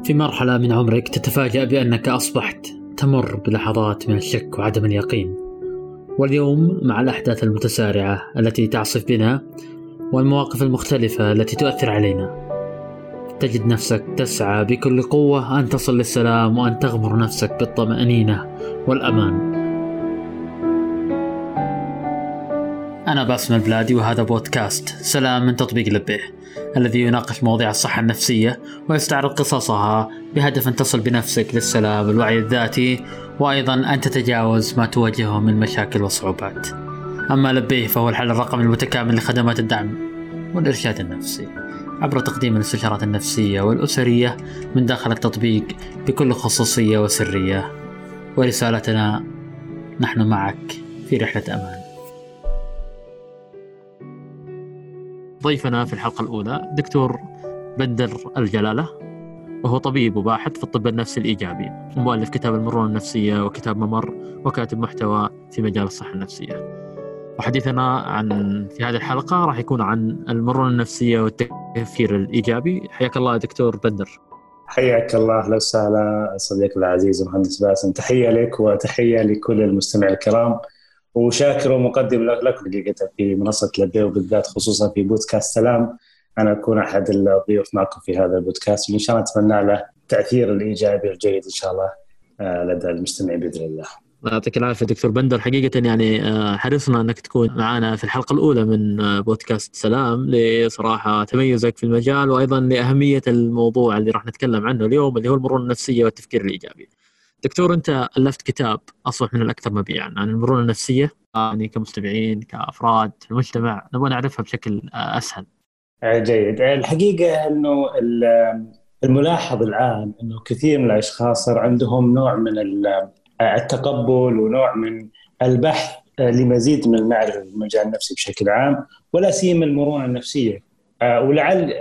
في مرحلة من عمرك تتفاجأ بأنك أصبحت تمر بلحظات من الشك وعدم اليقين، واليوم مع الأحداث المتسارعة التي تعصف بنا والمواقف المختلفة التي تؤثر علينا، تجد نفسك تسعى بكل قوة أن تصل للسلام وأن تغمر نفسك بالطمأنينة والأمان. أنا باسم البلادي، وهذا بودكاست سلام من تطبيق لبيه، الذي يناقش مواضيع الصحة النفسية ويستعرض قصصها بهدف أن تصل بنفسك للسلام والوعي الذاتي، وأيضا أن تتجاوز ما تواجهه من مشاكل وصعوبات. أما لبيه فهو الحل الرقمي المتكامل لخدمات الدعم والإرشاد النفسي عبر تقديم الاستشارات النفسية والأسرية من داخل التطبيق بكل خصوصية وسرية. ورسالتنا: نحن معك في رحلة أمان. ضيفنا في الحلقة الأولى دكتور بندر الجلالة، وهو طبيب وباحث في الطب النفسي الإيجابي، ومؤلف كتاب المرونة النفسية وكتاب ممر، وكاتب محتوى في مجال الصحة النفسية. وحديثنا في هذه الحلقة راح يكون عن المرونة النفسية والتفكير الإيجابي. حياك الله دكتور بندر. حياك الله، أهلا وسهلا صديقي العزيز مهندس باسم. تحية لك وتحية لكل المستمعين الكرام، وشاكر ومقدم لكم حقيقة في منصة لبيه، وبالذات خصوصا في بودكاست سلام. أنا أكون أحد الضيوف معكم في هذا البودكاست، وإن شاء الله نتمنى له التأثير الإيجابي الجيد إن شاء الله لدى المستمعين بإذن الله. يعطيك العافية دكتور بندر. حقيقة يعني حرصنا أنك تكون معنا في الحلقة الأولى من بودكاست سلام لصراحة تميزك في المجال، وأيضا لأهمية الموضوع اللي راح نتكلم عنه اليوم، اللي هو المرونة النفسية والتفكير الإيجابي. دكتور، أنت ألفت كتاب أصبح من الأكثر مبيعاً عن المرونة النفسية، يعني كمستمعين كأفراد في المجتمع نبغى نعرفها بشكل أسهل. جيد. الحقيقة أنه الملاحظ العام أنه كثير من الأشخاص صار عندهم نوع من التقبل ونوع من البحث لمزيد من المعرفة في المجال النفسي بشكل عام، ولا سيما المرونة النفسية. ولعل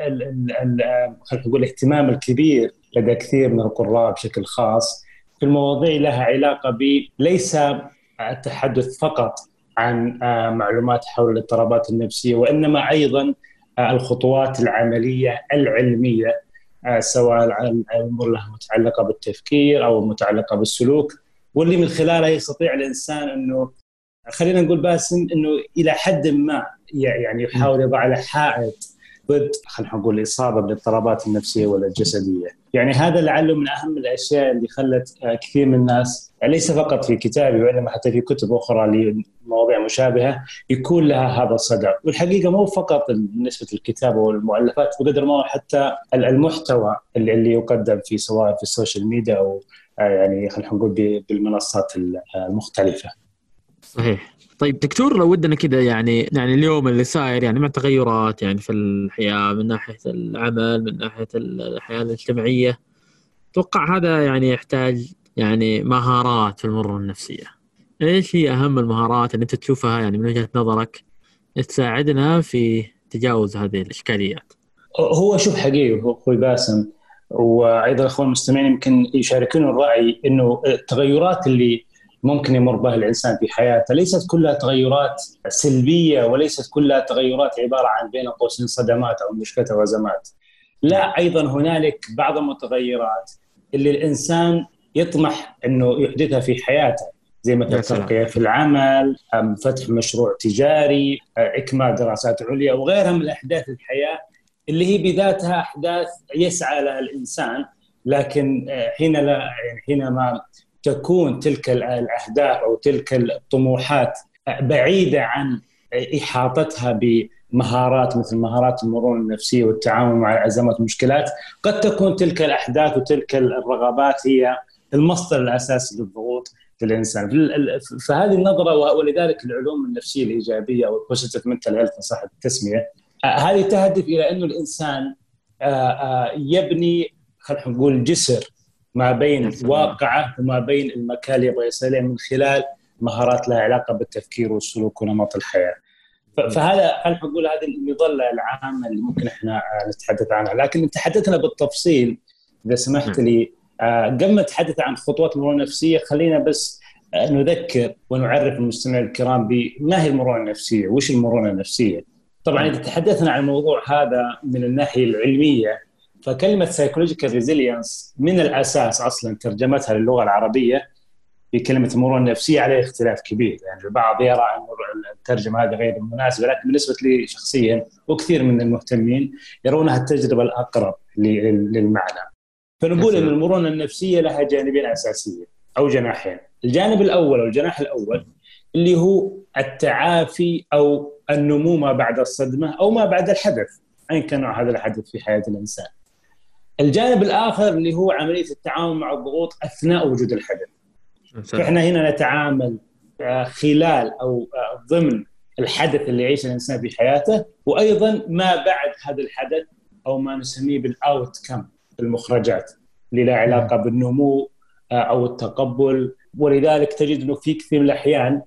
خلينا نقول الاهتمام الكبير لدى كثير من القراء بشكل خاص في المواضيع لها علاقة ليس التحدث فقط عن معلومات حول الاضطرابات النفسية، وإنما أيضا الخطوات العملية العلمية، سواء الأمور لها متعلقة بالتفكير أو متعلقة بالسلوك، واللي من خلالها يستطيع الإنسان أنه خلينا نقول باسم أنه إلى حد ما يعني يحاول يضع على حائط ضد خلينا نقول الإصابة بالاضطرابات النفسية ولا الجسدية. يعني هذا لعله من أهم الأشياء اللي خلت كثير من الناس، ليس فقط في كتابي وإنما حتى في كتب أخرى لمواضيع مشابهة، يكون لها هذا الصدى. والحقيقة مو فقط بالنسبة للكتابة والمؤلفات، بقدر ما هو حتى المحتوى اللي يقدم في سواء في السوشيال ميديا أو يعني خلينا نقول بالمنصات المختلفة. صحيح. طيب دكتور، لو ودنا كده يعني اليوم اللي صاير يعني مع تغيرات يعني في الحياة من ناحية العمل، من ناحية الحياة الاجتماعية، توقع هذا يعني يحتاج يعني مهارات في المرونة النفسية. ايش هي أهم المهارات اللي انت تشوفها يعني من وجهة نظرك تساعدنا في تجاوز هذه الإشكاليات؟ هو شوف حقيقي أخوي باسم، وأيضا أخوان المستمعين يمكن يشاركون الرأي إنه التغيرات اللي ممكن يمر بها الإنسان في حياته ليست كلها تغيرات سلبية، وليست كلها تغيرات عبارة عن بين قوسين صدمات أو مشكلات أو أزمات. لا، أيضا هنالك بعض المتغيرات اللي الإنسان يطمح إنه يحدثها في حياته، زي مثل الترقية في العمل، فتح مشروع تجاري، إكمال دراسات عليا، وغيرها من الأحداث الحياة اللي هي بذاتها أحداث يسعى لها الإنسان. لكن حينما تكون تلك الأهداف أو تلك الطموحات بعيدة عن إحاطتها بمهارات مثل مهارات المرونة النفسية والتعامل مع الأزمات والمشكلات، قد تكون تلك الأحداث وتلك الرغبات هي المصدر الأساسي للضغوط للإنسان. فهذه النظرة، ولذلك العلوم النفسية الإيجابية أو البوزيتيف منتال هيلث صح التسمية، هذه تهدف إلى أنه الإنسان يبني خلينا نقول جسر ما بين واقعه وما بين المكان اللي يبغى يصل إليه من خلال مهارات لها علاقة بالتفكير والسلوك ونمط الحياة. فهذا خلينا نقول هذه المظلة العامة اللي ممكن إحنا نتحدث عنها. لكن تحدثنا بالتفصيل إذا سمحت لي، قبل ما نتحدث عن خطوات المرونة النفسية خلينا بس نذكر ونعرف المستمعين الكرام بما هي المرونة النفسية، وش المرونة النفسية. طبعا إذا تحدثنا عن الموضوع هذا من الناحية العلمية، فكلمة psychological resilience من الأساس أصلا ترجمتها للغة العربية بكلمة المرونة النفسية عليه اختلاف كبير. يعني البعض يرى أن الترجمة هذه غير مناسبة، لكن بالنسبة لي شخصيا وكثير من المهتمين يرونها التجربة الأقرب للمعنى. فنقول أن المرونة النفسية لها جانبين أساسيين أو جناحين. الجانب الأول أو الجناح الأول اللي هو التعافي أو النمو ما بعد الصدمة أو ما بعد الحدث، أين كان نوع هذا الحدث في حياة الإنسان. الجانب الآخر اللي هو عملية التعامل مع الضغوط أثناء وجود الحدث. فإحنا هنا نتعامل خلال أو ضمن الحدث اللي يعيشه الإنسان في حياته، وأيضا ما بعد هذا الحدث أو ما نسميه بالأوت كم، المخرجات اللي لها علاقة بالنمو أو التقبل. ولذلك تجد أنه في كثير من الأحيان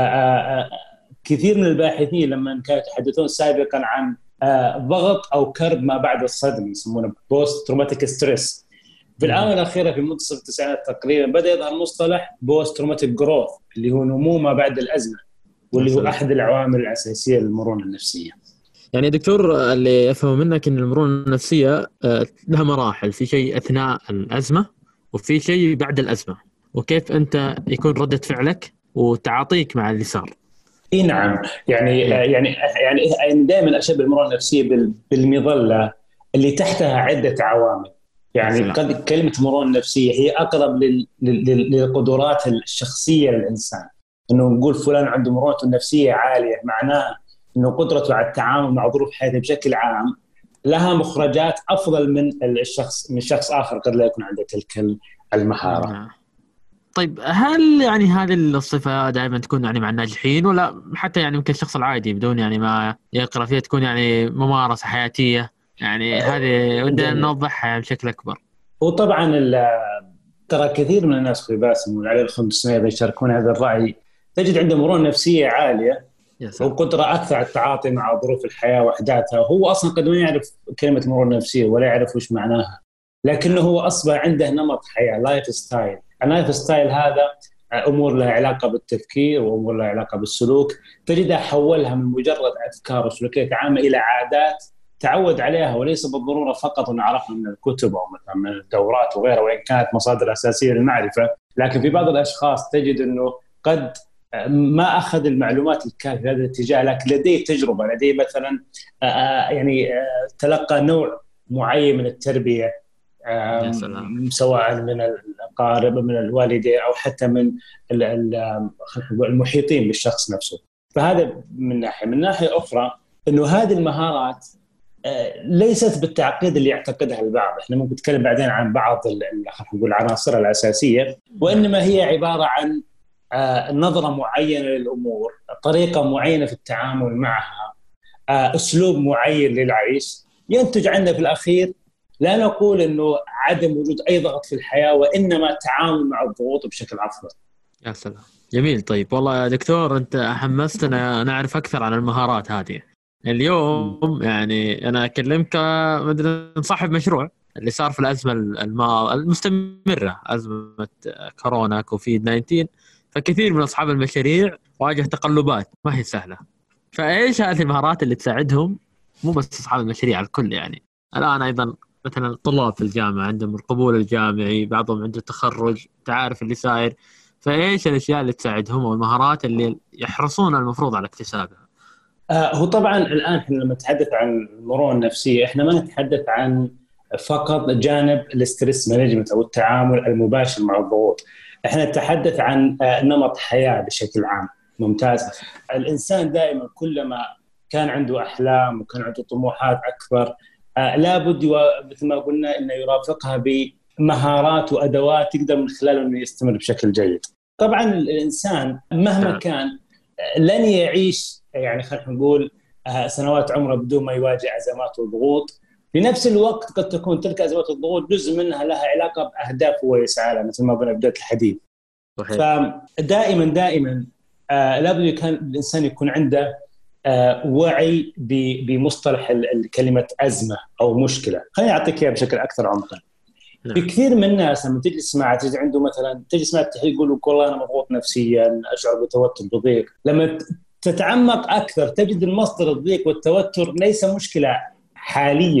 كثير من الباحثين لما كانوا يتحدثون سابقا عن ضغط أو كرب ما بعد الصدمة يسمونه بوست تروماتيك ستريس، في الآونة الأخيرة في منتصف التسعينات تقريبا بدأ يظهر مصطلح بوست تروماتيك جروث اللي هو نمو ما بعد الأزمة، واللي هو أحد العوامل الأساسية للمرونة النفسية. يعني دكتور اللي أفهم منك أن المرونة النفسية لها مراحل، في شيء أثناء الأزمة وفي شيء بعد الأزمة، وكيف أنت يكون ردة فعلك وتعاطيك مع اللي صار. إيه نعم، يعني دائما أشبه المرونة النفسية بالمظلة اللي تحتها عدة عوامل. يعني قد كلمة مرونة نفسية هي أقرب للقدرات الشخصية للإنسان. إنه نقول فلان عنده مرونة نفسية عالية، معناه إنه قدرته على التعامل مع ظروف حياته بشكل عام لها مخرجات أفضل من شخص آخر قد لا يكون عنده تلك المهارة. طيب هل يعني هذه الصفة دائما تكون يعني مع الناجحين، ولا حتى يعني ممكن الشخص العادي بدون يعني ما يقرأ فيها تكون يعني ممارسة حياتية؟ يعني هذه ودنا نوضحها بشكل أكبر. وطبعا ترى كثير من الناس في باسم وعلى الخمس إذا يشاركون هذا الرأي تجد عنده مرونة نفسية عالية وقدرة أكثر على التعاطي مع ظروف الحياة وأحداثها. هو أصلا قد ما يعرف كلمة مرونة نفسية ولا يعرف وش معناها، لكنه هو أصبح عنده نمط حياة، لايف ستايل. اللايف ستايل هذا أمور لها علاقة بالتفكير وأمور لها علاقة بالسلوك، تجدها حولها من مجرد أفكار وسلوكيات عامة إلى عادات تعود عليها، وليس بالضرورة فقط نعرفها من الكتب أو مثلا من الدورات وغيرها، وإن كانت مصادر أساسية للمعرفة. لكن في بعض الأشخاص تجد أنه قد ما أخذ المعلومات الكافية في هذا الاتجاه، لكن لديه تجربة، لديه مثلا تلقى نوع معين من التربية، سواء من الأقارب من الوالدين أو حتى من المحيطين بالشخص نفسه. فهذا من ناحية. من ناحية أخرى أنه هذه المهارات ليست بالتعقيد اللي يعتقدها البعض. احنا ممكن نتكلم بعدين عن بعض العناصر الأساسية، وإنما هي عبارة عن نظرة معينة للأمور، طريقة معينة في التعامل معها، أسلوب معين للعيش، ينتج عنه في الأخير لا نقول أنه عدم وجود أي ضغط في الحياة، وإنما التعامل مع الضغوط بشكل أفضل. يا سلام، جميل. طيب والله يا دكتور أنت حمستنا نعرف أكثر عن المهارات هذه. اليوم يعني أنا أكلمك مثلا صاحب مشروع اللي صار في الأزمة المستمرة، أزمة كورونا كوفيد 19، فكثير من أصحاب المشاريع واجه تقلبات ما هي سهلة. فإيش هذه المهارات اللي تساعدهم، مو بس أصحاب المشاريع الكل، يعني الآن أيضا مثلا طلاب في الجامعة عندهم القبول الجامعي، بعضهم عنده تخرج، تعرف اللي صاير. فإيش الأشياء اللي تساعدهم والمهارات اللي يحرصون المفروض على اكتسابها؟ هو طبعا الآن احنا لما نتحدث عن المرونة النفسية احنا ما نتحدث عن فقط جانب الاسترس مانجمنت أو التعامل المباشر مع الضغوط، احنا نتحدث عن نمط حياة بشكل عام. ممتاز. الإنسان دائما كلما كان عنده أحلام وكان عنده طموحات أكبر لابد مثل ما قلنا إنه يرافقها بمهارات وأدوات يقدر من خلالها إنه يستمر بشكل جيد. طبعا الإنسان مهما كان لن يعيش يعني خلينا نقول سنوات عمره بدون ما يواجه أزمات وضغوط. في نفس الوقت قد تكون تلك أزمات الضغوط جزء منها لها علاقة بأهداف هو يسعى لها، مثل ما قلنا بداية الحديث. فدائما لابد كان الإنسان يكون عنده وعي بمصطلح كلمة أزمة أو مشكلة. خليني أعطيك إياها بشكل أكثر عمقا. في كثير من الناس لما تجلس معه تجد عنده مثلا تجلس معه يقول والله أنا مضغوط نفسيا، أشعر بتوتر بضيق. لما تتعمق أكثر تجد المصدر الضيق والتوتر ليس مشكلة حالية،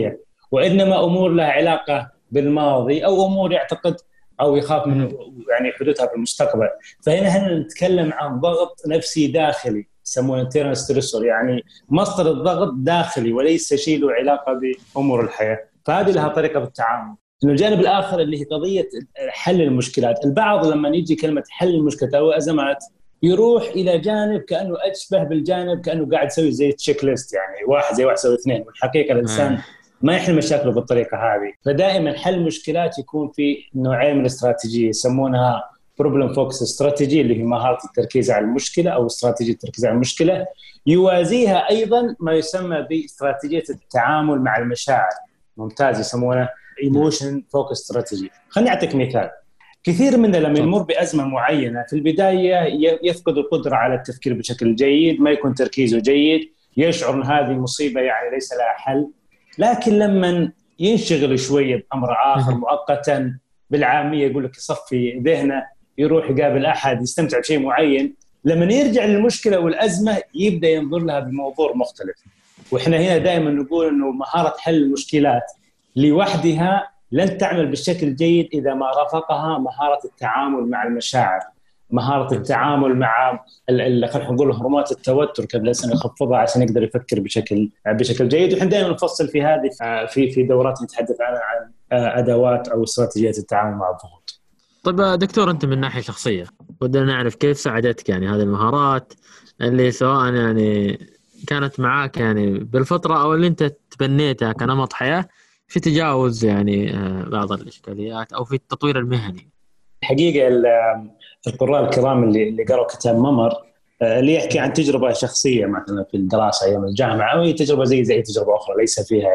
وإنما أمور لها علاقة بالماضي أو أمور يعتقد أو يخاف من يعني حدوثها في المستقبل. فهنا نتكلم عن ضغط نفسي داخلي يسمونه internal stressor، يعني مصدر الضغط داخلي وليس شيء له علاقة بأمور الحياة. فهذه لها طريقة بالتعامل. إنه الجانب الآخر اللي هي قضية حل المشكلات. البعض لما يجي كلمة حل المشكلات أو أزمات يروح إلى جانب كأنه أشبه بالجانب كأنه قاعد يسوي زي تشيك ليست، يعني 1 زي 1 يساوي 2. والحقيقة الإنسان ما يحل مشاكله بالطريقة هذه. فدائما حل مشكلات يكون في نوعين من الاستراتيجية يسمونها problem focus استراتيجي اللي هي مهارة التركيز على المشكلة أو استراتيجية التركيز على المشكلة. يوازيها أيضا ما يسمى باستراتيجية التعامل مع المشاعر، ممتاز، يسمونها emotion focus strategy. خليني أعطيك مثال. كثير منا لما يمر بأزمة معينة في البداية يفقد القدرة على التفكير بشكل جيد، ما يكون تركيزه جيد، يشعر أن هذه مصيبة يعني ليس لها حل. لكن لما ينشغل شوية بأمر آخر مؤقتا، بالعامية يقول لك يصفي ذهنه، يروح يقابل أحد، يستمتع بشيء معين، لما يرجع للمشكلة والأزمة يبدأ ينظر لها بموضوع مختلف. وإحنا هنا دائما نقول أنه مهارة حل المشكلات لوحدها لن تعمل بالشكل الجيد إذا ما رافقها مهارة التعامل مع المشاعر، مهارة التعامل مع خلينا نقول هرمونات التوتر قبل الإنسان يخفضها عشان يقدر يفكر بشكل جيد. وإحنا دائما نفصل في هذه في دورات نتحدث عن أدوات أو استراتيجيات التعامل مع الضغوط. طيب دكتور، أنت من ناحية شخصية ودنا نعرف كيف ساعدتك يعني هذه المهارات اللي سواء يعني كانت معاك يعني بالفترة أو اللي أنت تبنيتها كنمط حياة في تجاوز يعني بعض الإشكاليات أو في التطوير المهني. الحقيقة القراء الكرام اللي قرأوا كتاب ممر اللي يحكي عن تجربة شخصية مثلا في الدراسة أيام الجامعة، أو هي تجربة زي تجربة أخرى ليس فيها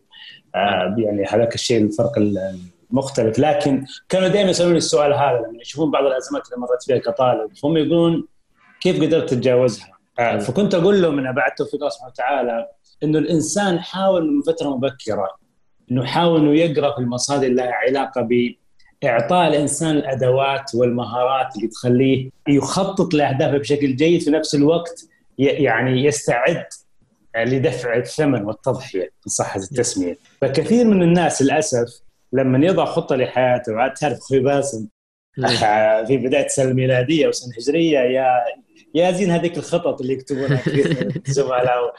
يعني هذاك الشيء الفرق المختلف، لكن كانوا دائما يسألون السؤال هذا لما يشوفون بعض الأزمات اللي مرت فيها كطالب، هم يقولون كيف قدرت تتجاوزها؟ فكنت أقول لهم من بعد توفيق الله سبحانه وتعالى إنه الإنسان حاول من فترة مبكرة إنه حاول إنه يقرأ في المصادر لها علاقة بإعطاء الإنسان الأدوات والمهارات اللي تخليه يخطط لأهدافه بشكل جيد، في نفس الوقت يعني يستعد لدفع الثمن والتضحية إن صح التسمية. فكثير من الناس للأسف لما يضع خطة لحياته، وعاد تعرف أخوي باسم في بداية السنة الميلادية وسنة هجرية يا زين هذيك الخطط اللي يكتبونها كثير من الزملاء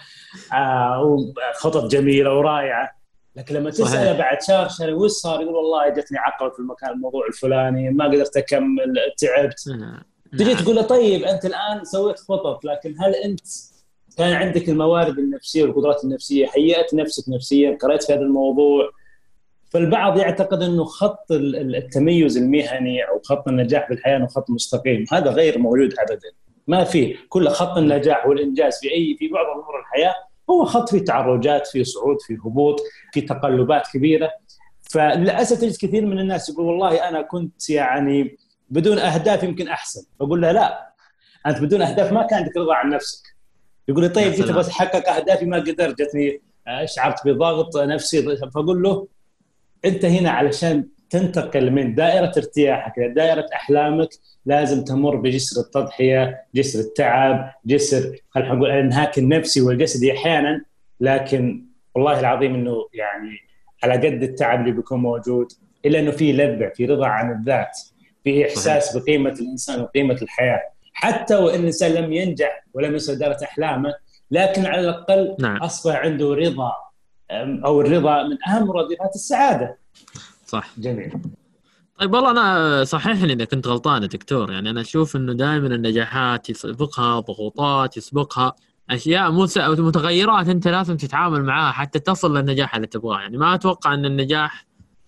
وخطط جميلة ورائعة، لكن لما تسأله بعد شهر وش صار يقول والله جتني عقبة في المكان الموضوع الفلاني، ما قدرت أكمل، تعبت. تجي تقول له طيب أنت الآن سويت خطط، لكن هل أنت كان عندك الموارد النفسية والقدرات النفسية؟ هيأت نفسك نفسيا؟ قرأت في هذا الموضوع؟ فالبعض يعتقد أنه خط التميز المهني أو خط النجاح في الحياة أنه خط مستقيم. هذا غير موجود أبدا، ما فيه. كل خط النجاح والإنجاز في بعض أمور الحياة هو خط فيه تعرجات، فيه صعود، فيه هبوط، فيه تقلبات كبيرة. فللأسف تجد كثير من الناس يقول والله أنا كنت يعني بدون أهداف يمكن أحسن. أقول له لا، أنت بدون أهداف ما كان عندك رضا عن نفسك. يقول لي طيب جيت بس أحقق أهدافي ما قدرت، جتني شعرت بضغط نفسي. فأقول له أنت هنا علشان تنتقل من دائرة ارتياحك إلى دائرة أحلامك لازم تمر بجسر التضحية، جسر التعب، جسر خلينا نقول الانهاك النفسي والجسدي أحيانا. لكن والله العظيم إنه يعني على قد التعب اللي بيكون موجود إلا إنه في لذة، في رضا عن الذات، في إحساس بقيمة الإنسان وقيمة الحياة. حتى وإن الإنسان لم ينجح ولم يصل دائرة أحلامه، لكن على الأقل أصبح عنده رضا، أو الرضا من أهم مرادفات السعادة. صح. جميل. طيب والله أنا صحيحني إذا كنت غلطان يا دكتور، يعني أنا أشوف إنه دائما النجاحات يسبقها ضغوطات، يسبقها أشياء متغيرات أنت لازم تتعامل معها حتى تصل للنجاح اللي تبغاه. يعني ما أتوقع أن النجاح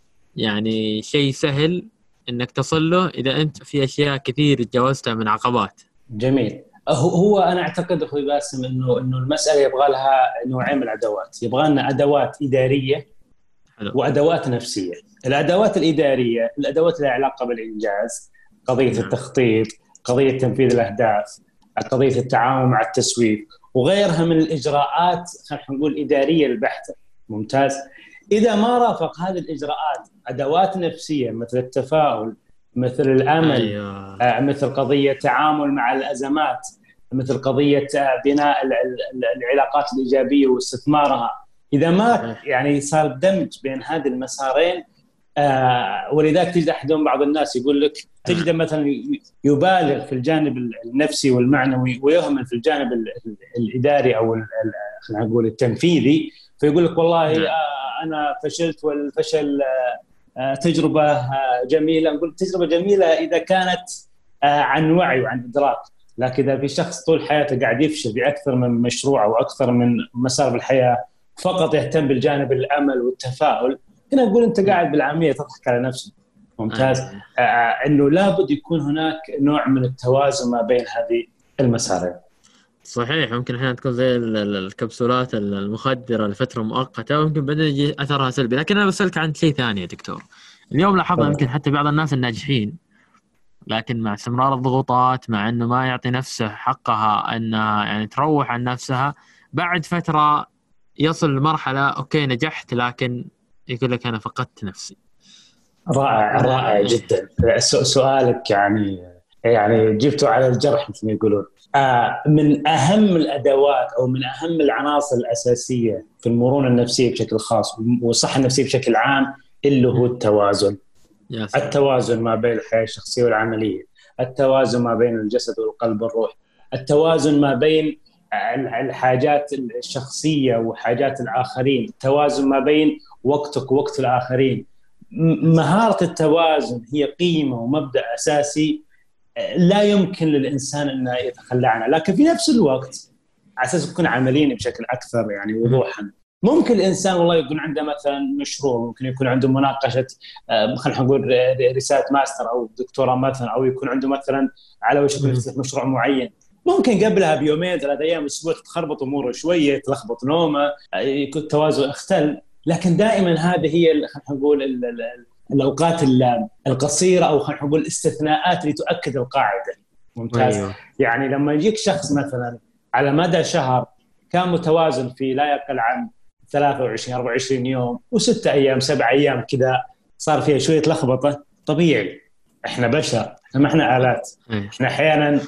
يعني شيء سهل إنك تصل له إذا أنت في أشياء كثير تجاوزتها من عقبات. جميل. هو أنا أعتقد أخوي باسم إنه المسألة يبغى لها نوعين من الأدوات. يبغى لنا أدوات إدارية وأدوات نفسية. الأدوات الإدارية الأدوات لها علاقة بالإنجاز، قضية التخطيط، قضية تنفيذ الأهداف، قضية التعامل مع التسويق وغيرها من الإجراءات خلينا نقول إدارية البحتة. ممتاز. إذا ما رافق هذه الإجراءات أدوات نفسية مثل التفاؤل، مثل الأمل، مثل قضية تعامل مع الأزمات، مثل قضية بناء العلاقات الإيجابية واستثمارها، إذا ما يعني صار دمج بين هذه المسارين. ولذلك تجد أحدهم بعض الناس يقول لك تجد مثلا يبالغ في الجانب النفسي والمعنوي ويهمل في الجانب الإداري أو خلينا نقول التنفيذي، فيقول لك والله أنا فشلت والفشل تجربة جميلة. نقول تجربة جميلة إذا كانت عن وعي وعن إدراك، لكن إذا في شخص طول حياته قاعد يفشل بأكثر من مشروع أو أكثر من مسار بالحياة فقط يهتم بالجانب الأمل والتفاؤل، هنا نقول أنت قاعد بالعامية تضحك على نفسك. ممتاز. إنه لابد يكون هناك نوع من التوازن ما بين هذه المسارين. صحيح. ممكن احيانا تكون زي الكبسولات المخدرة لفترة مؤقتة ويمكن بعدين يجي أثرها سلبي. لكن أنا بسألك عن شيء ثاني يا دكتور. اليوم لاحظنا يمكن حتى بعض الناس الناجحين، لكن مع استمرار الضغوطات، مع أنه ما يعطي نفسه حقها أنها يعني تروح عن نفسها، بعد فترة يصل لمرحلة أوكي نجحت لكن يقول لك أنا فقدت نفسي. رائع جدا سؤالك، يعني جبته على الجرح مثل ما يقولون. من أهم الأدوات أو من أهم العناصر الأساسية في المرونة النفسية بشكل خاص والصحة النفسية بشكل عام اللي هو التوازن. التوازن ما بين الحياة الشخصية والعملية، التوازن ما بين الجسد والقلب والروح، التوازن ما بين الحاجات الشخصية وحاجات الآخرين، التوازن ما بين وقتك ووقت الآخرين. مهارة التوازن هي قيمة ومبدأ أساسي لا يمكن للإنسان أن يتخلى عنها. لكن في نفس الوقت على أساس نكون عمليين بشكل أكثر يعني وضوحا، ممكن الإنسان والله يكون عنده مثلا مشروع، ممكن يكون عنده مناقشة خلينا نقول رسالة ماستر أو دكتوراه مثلا، أو يكون عنده مثلا على وشك يفتح مشروع معين، ممكن قبلها بيومين 3 أيام أسبوع تتخربط أموره شوية، تلخبط نومه، يكون التوازن اختل. لكن دائما هذه هي خلينا نقول الأوقات القصيرة أو خلينا نقول الاستثناءات اللي تؤكد القاعدة. ممتاز. يعني لما يجيك شخص مثلا على مدى شهر كان متوازن في لا يقل عن 23 24 يوم و6 أيام 7 أيام كذا صار فيها شوية لخبطة، طبيعي، إحنا بشر، ما إحنا آلات. إحنا أحيانا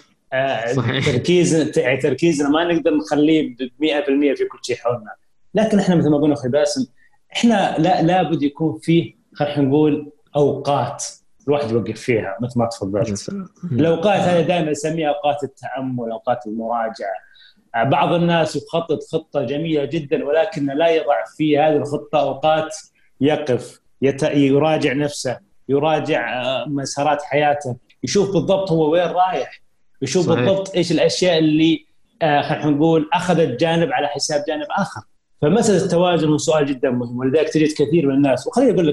تركيزنا ما نقدر نخليه 100% في كل شيء حولنا. لكن إحنا مثل ما قلنا أخي باسم، إحنا لابد يكون فيه خلينا نقول أوقات الواحد يوقف فيها مثل ما تفضلت. الأوقات هذه دائما نسميها أوقات التأمل، أوقات المراجعة. بعض الناس يخطط خطة جميلة جدا ولكن لا يضع في هذه الخطة أوقات يقف يراجع نفسه، يراجع مسارات حياته، يشوف بالضبط هو وين رايح، يشوف صحيح. بالضبط إيش الأشياء اللي خلينا نقول أخذت جانب على حساب جانب آخر. فمسألة التوازن هو سؤال جدا مهم، ولذلك تجد كثير من الناس، وخليني أقول لك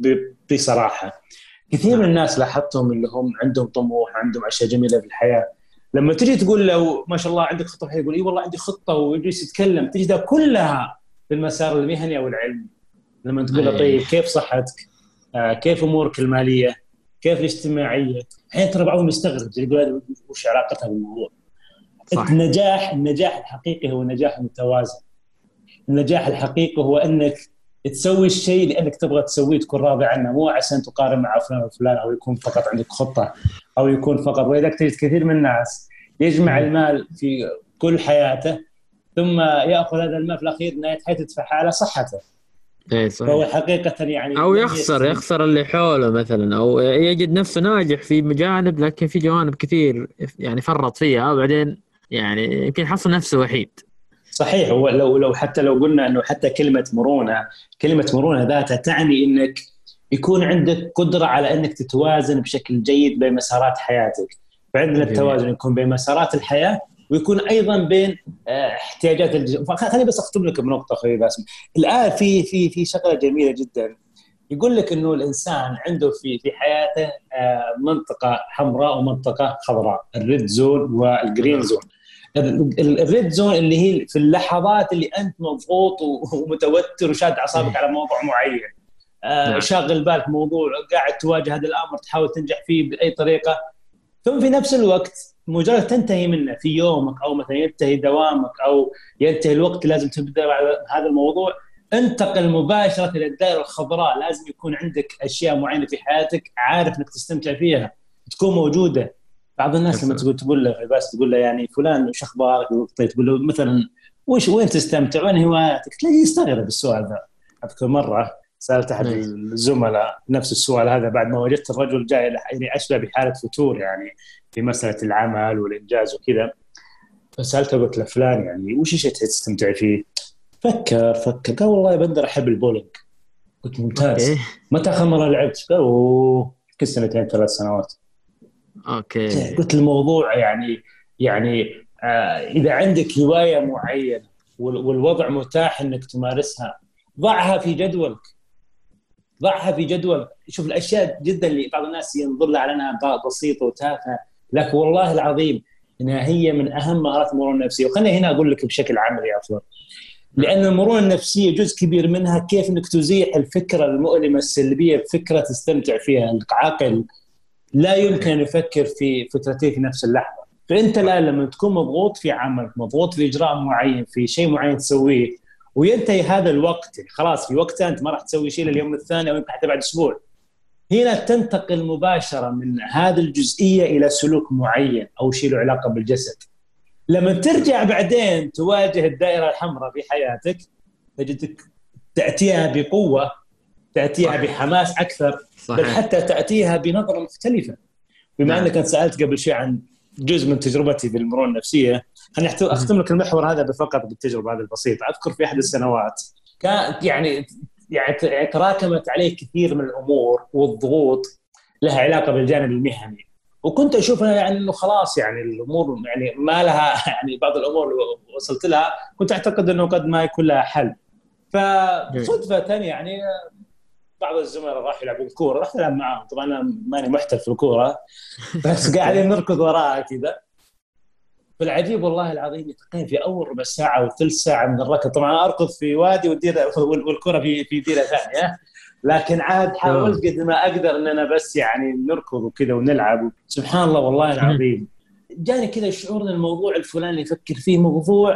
بصراحة، كثير من الناس لاحظتهم اللي هم عندهم طموح، عندهم أشياء جميلة في الحياة، لما تجي تقول له ما شاء الله عندك خطة، يقول إيه والله عندي خطة ويجلس يتكلم، تجدها كلها في المسار المهني أو العلمي. لما تقول له طيب كيف صحتك، كيف أمورك المالية، كيف الاجتماعية، حين ترى بعضهم يستغرب يقول وش علاقتها بالموضوع. النجاح الحقيقي هو النجاح المتوازن. النجاح الحقيقي هو أنك تسوي الشيء لأنك تبغى تسويه تكون راضي عنه، مو عشان تقارن مع فلان وفلان أو يكون فقط عندك خطة أو يكون فقط. ولذلك تجد كثير من الناس يجمع المال في كل حياته ثم يأخذ هذا المال في الأخير نهاية حياته تدفعها على صحته. فهو حقيقة يعني أو يخسر اللي حوله مثلا، أو يجد نفسه ناجح في مجانب لكن في جوانب كثير يعني فرط فيها وبعدين يعني يمكن يحصل نفسه وحيد. صحيح. لو حتى لو قلنا انه حتى كلمه مرونه ذاتها تعني انك يكون عندك قدره على انك تتوازن بشكل جيد بين مسارات حياتك. فعندنا التوازن يكون بين مسارات الحياه ويكون ايضا بين احتياجات الجسم. خليني بس اختم لك بنقطه اخوي باسم. الان في شغله جميله جدا، يقول لك انه الانسان عنده في حياته منطقه حمراء ومنطقه خضراء، الريد زون والجرين زون. الريد زون اللي هي في اللحظات اللي أنت مضغوط ومتوتر وشاد أعصابك على موضوع معين، شاغل بالك موضوع، قاعد تواجه هذا الأمر تحاول تنجح فيه بأي طريقة، ثم في نفس الوقت مجرد تنتهي منه في يومك أو مثلا ينتهي دوامك أو ينتهي الوقت لازم تبدأ هذا الموضوع، انتقل مباشرة إلى الدائرة الخضراء. لازم يكون عندك أشياء معينة في حياتك عارف أنك تستمتع فيها تكون موجودة. بعض الناس لما تقول له بس تقول له يعني فلان وش اخبارك، تقول له مثلا وين تستمتع وين هواياتك؟ تلاقيه يستغرب السؤال ذا. أذكر مرة سألت أحد الزملاء نفس السؤال هذا بعد ما وجدت الرجل جاي يعني أشبه بحالة فتور يعني في مسألة العمل والإنجاز وكذا. فسألته قلت له فلان يعني وش الشيء تستمتع فيه؟ فكر قال والله بندر أحب البولينج. قلت ممتاز. متى آخر مرة لعبت؟ قال كل 2 3 سنوات. اوكي. قلت الموضوع يعني إذا عندك هواية معينة والوضع متاح إنك تمارسها ضعها في جدولك. شوف الأشياء جدا اللي بعض الناس ينظر لها على أنها بسيطة وتافهة، لكن والله العظيم إنها هي من أهم مهارات المرونة النفسية. وخليني هنا أقول لك بشكل عملي أفضل، لأن المرونة النفسية جزء كبير منها كيف إنك تزيح الفكرة المؤلمة السلبية بفكرة تستمتع فيها. العاقل لا يمكن أن يفكر في فكرتين في نفس اللحظة. فأنت الآن لما تكون مضغوط في عمل، مضغوط في إجراء معين، في شيء معين تسويه، وينتهي هذا الوقت، يعني خلاص في وقت أنت ما راح تسوي شيء لليوم الثاني أو يمكن حتى بعد أسبوع، هنا تنتقل مباشرة من هذه الجزئية إلى سلوك معين أو شيء له علاقة بالجسد. لما ترجع بعدين تواجه الدائرة الحمراء في حياتك تجدك تأتيها بقوة، تأتيها بحماس أكثر، بل حتى تأتيها بنظرة مختلفة. بما أنك أنت سألت قبل شيء عن جزء من تجربتي بالمرونة النفسية، أنا أختم لك المحور هذا فقط بالتجربة هذه البسيطة. أذكر في أحد السنوات كان يعني تراكمت عليه كثير من الأمور والضغوط لها علاقة بالجانب المهني، وكنت أشوفها يعني إنه خلاص يعني الأمور يعني ما لها يعني بعض الأمور اللي وصلت لها كنت أعتقد إنه قد ما يكون لها حل. فصدفة يعني بعض الزملاء راحوا يلعبوا الكورة، رحت ألعب معهم. طبعا أنا ماني محترف في الكورة بس قاعدين نركض وراها كذا. فالعجيب والله العظيم تقريبا في أول ربع ساعة وثلث ساعة من الركض، طبعا أركض في وادي والكرة في ديرة ثانية، لكن عاد حاولت قد ما أقدر إن أنا بس يعني نركض وكذا ونلعب. سبحان الله والله العظيم جاني كذا شعور إن الموضوع الفلاني اللي يفكر فيه موضوع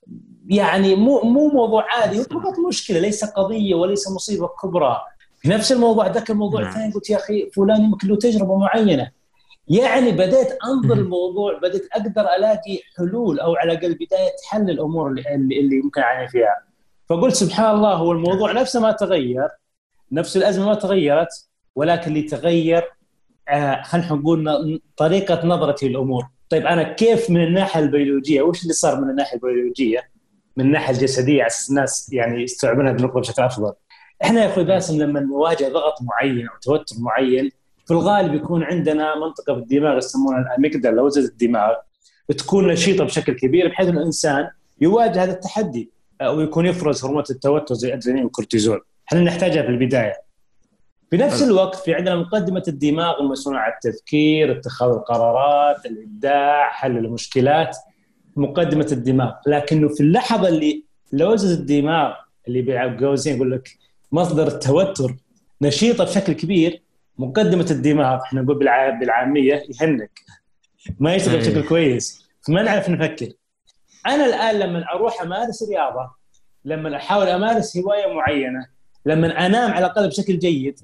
يعني مو موضوع عادي، هو فقط مشكلة ليس قضية وليس مصيبة كبرى. في نفس الموضوع ذاك الموضوع الثاني قلت يا أخي فلان يمكن له تجربة معينة. يعني بدأت أنظر الموضوع، بدأت أقدر ألاقي حلول أو على الأقل بداية حل الأمور اللي ممكن أعاني فيها. فقلت سبحان الله هو الموضوع نفسه ما تغير، نفس الأزمة ما تغيرت، ولكن اللي تغير خلينا نقول طريقة نظرتي للأمور. طيب أنا كيف من الناحية البيولوجية وش اللي صار من الناحية البيولوجية من الناحية الجسدية على الناس يعني يستوعبونها بنقطة بشكل أفضل. إحنا يا أخوي باسم لما نواجه ضغط معين أو توتر معين في الغالب يكون عندنا منطقة في الدماغ يسمونها الأميجدالا، وزن الدماغ، بتكون نشيطة بشكل كبير بحيث أن الإنسان يواجه هذا التحدي ويكون يفرز هرمونات التوتر زي الأدرينالين والكورتيزول. احنا نحتاجها في البداية. في نفس الوقت في عندنا مقدمة الدماغ المسؤولة عن التفكير، اتخاذ القرارات، الإبداع، حل المشكلات، مقدمة الدماغ. لكنه في اللحظة اللي لوزن الدماغ اللي بيعقوزين يقول لك مصدر التوتر نشيطة بشكل كبير، مقدمة الدماغ احنا نقول بالعامية يهنك، ما يشتغل بشكل كويس، فما نعرف نفكر. أنا الآن لما أروح أمارس رياضة، لما أحاول أمارس هواية معينة، لما أنام على الأقل بشكل جيد،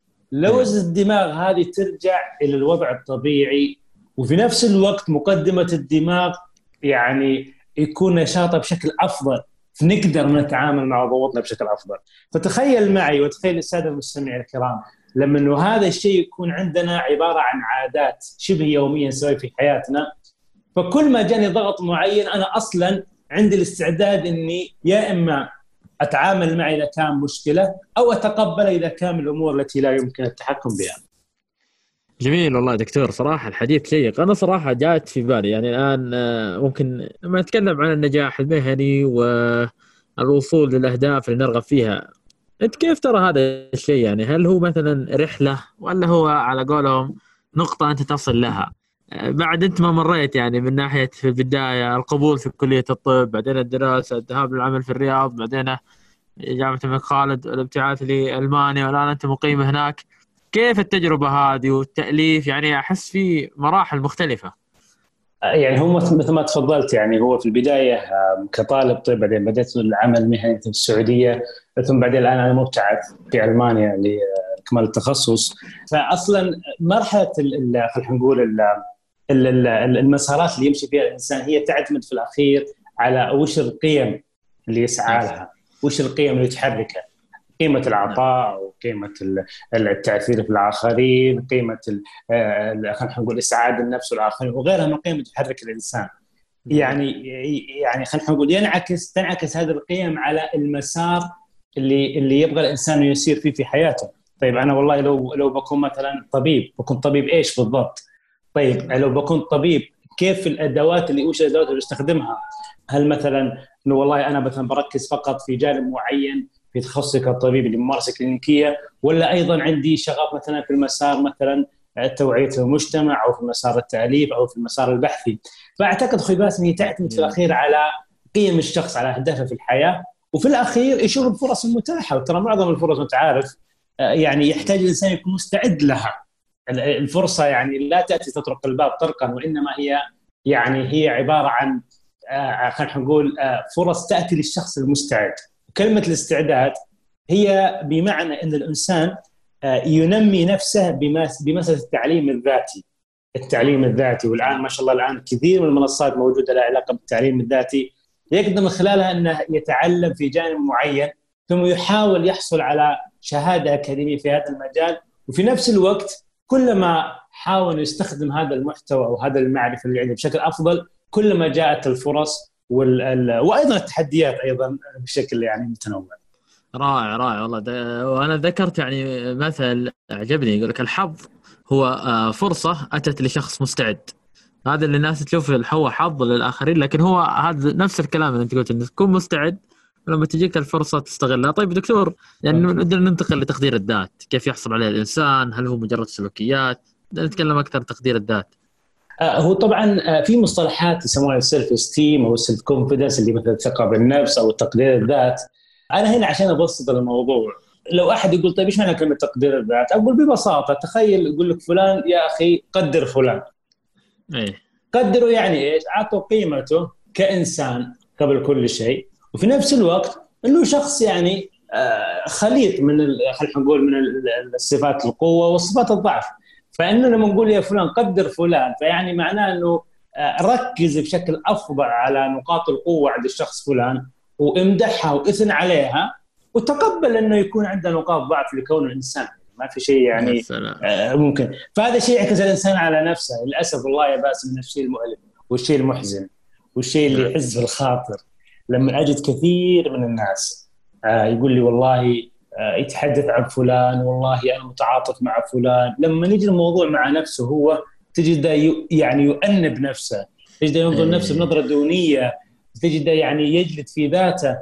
لوز الدماغ هذه ترجع إلى الوضع الطبيعي، وفي نفس الوقت مقدمة الدماغ يعني يكون نشاطه بشكل أفضل، فنقدر نتعامل مع ضغوطنا بشكل أفضل. فتخيل معي وتخيل السادة المستمعين الكرام لما إنه هذا الشيء يكون عندنا عبارة عن عادات شبه يوميا نسوي في حياتنا، فكل ما جاني ضغط معين أنا أصلاً عندي الاستعداد إني يا إما أتعامل معه إذا كان مشكلة أو أتقبله إذا كان الأمور التي لا يمكن التحكم بها. جميل والله دكتور، صراحة الحديث شيق. أنا صراحة جاءت في بالي يعني الآن ممكن لما نتكلم عن النجاح المهني والوصول للأهداف اللي نرغب فيها، أنت كيف ترى هذا الشيء؟ يعني هل هو مثلا رحلة ولا هو على قولهم نقطة أنت تصل لها بعد أنت ما مريت يعني من ناحية في البداية القبول في كلية الطب، بعدين الدراسة، الذهاب للعمل في الرياض، بعدين جامعة الملك خالد، الابتعاث لألمانيا، والآن أنت مقيم هناك. كيف التجربة هذه والتأليف؟ يعني أحس في مراحل مختلفة. يعني هو مثل ما تفضلت، يعني هو في البداية كطالب طب، بعدين بدأت العمل مهني في السعودية، ثم بعدين الآن أنا مبتعث في ألمانيا لكمال التخصص. فأصلا مرحلة خلينا نقول المسارات اللي يمشي فيها الإنسان هي تعتمد في الأخير على وش القيم اللي يسعى لها، وش القيم اللي تحركها، قيمة العطاء وقيمة التأثير في الآخرين، قيمة خلينا نقول إسعاد النفس والآخرين وغيرها من القيم تحرك الإنسان. يعني خلينا نقول تنعكس هذه القيم على المسار اللي يبغى الإنسان يسير فيه في حياته. طيب أنا والله لو بكون مثلا طبيب، بكون طبيب إيش بالضبط؟ طيب لو بكون طبيب كيف الأدوات وش الأدوات اللي بستخدمها؟ هل مثلا إنه والله أنا مثلا بركز فقط في جانب معين في تخصصي كطبيب اللي ممارسة كلينيكية، ولا أيضا عندي شغف مثلا في المسار مثلا توعية المجتمع أو في مسار التأليف أو في المسار البحثي؟ فأعتقد أخوي باسم هي تعتمد في الأخير على قيم الشخص، على أهدافه في الحياة، وفي الأخير يشوف الفرص المتاحة. وترى معظم الفرص أنت عارف يعني يحتاج الإنسان يكون مستعد لها. الفرصة يعني لا تأتي تطرق الباب طرقا، وإنما هي عبارة عن خلينا نقول فرص تأتي للشخص المستعد. كلمة الاستعداد هي بمعنى أن الإنسان ينمي نفسه بمسألة التعليم الذاتي. والآن ما شاء الله الآن كثير من المنصات موجودة لها علاقة بالتعليم الذاتي، يقدر من خلالها أنه يتعلم في جانب معين ثم يحاول يحصل على شهادة أكاديمية في هذا المجال. وفي نفس الوقت كلما حاول يستخدم هذا المحتوى أو هذا المعرفة اللي عنده بشكل أفضل، كلما جاءت الفرص وأيضا التحديات أيضا بشكل يعني متنوع. رائع والله. وأنا ذكرت يعني مثل عجبني، يقول لك الحظ هو فرصة أتت لشخص مستعد. هذا اللي الناس تشوف هو حظ للآخرين، لكن هو هذا نفس الكلام اللي أنت قلت، إنك تكون مستعد ولما تجيك الفرصة تستغلها. طيب دكتور، يعني نقدر ننتقل لتقدير الذات، كيف يحصل عليه الإنسان؟ هل هو مجرد سلوكيات؟ نتكلم أكثر تقدير الذات. هو طبعا في مصطلحات يسمونها السيلف استيم او السيلف كونفيدنس، اللي مثل الثقة بالنفس او تقدير الذات. انا هنا عشان ابسط الموضوع، لو احد يقول طيب ايش معنى كلمة تقدير الذات؟ اقول ببساطة تخيل يقول لك فلان يا اخي قدر فلان. ايه قدره يعني ايش؟ اعطوا قيمته كإنسان قبل كل شيء، وفي نفس الوقت انه شخص يعني خليط من خلينا نقول من الصفات القوة والصفات الضعف. فإنه لما نقول يا فلان قدر فلان، فيعني معناه أنه ركز بشكل أفضل على نقاط القوة عند الشخص فلان وامدحها وإثن عليها، وتقبل أنه يكون عنده نقاط ضعف لكونه إنسان، ما في شيء يعني ممكن. فهذا شيء يعكس الإنسان على نفسه. للأسف الله يا باسم من الشيء المؤلم والشيء المحزن والشيء اللي يحز بالخاطر لما أجد كثير من الناس يقول لي والله يتحدث عن فلان، والله أنا متعاطف مع فلان. لما نيجي الموضوع مع نفسه هو تجد يعني يؤنب نفسه، تجد ينظر نفسه بنظرة دونية، تجد يعني يجلد في ذاته.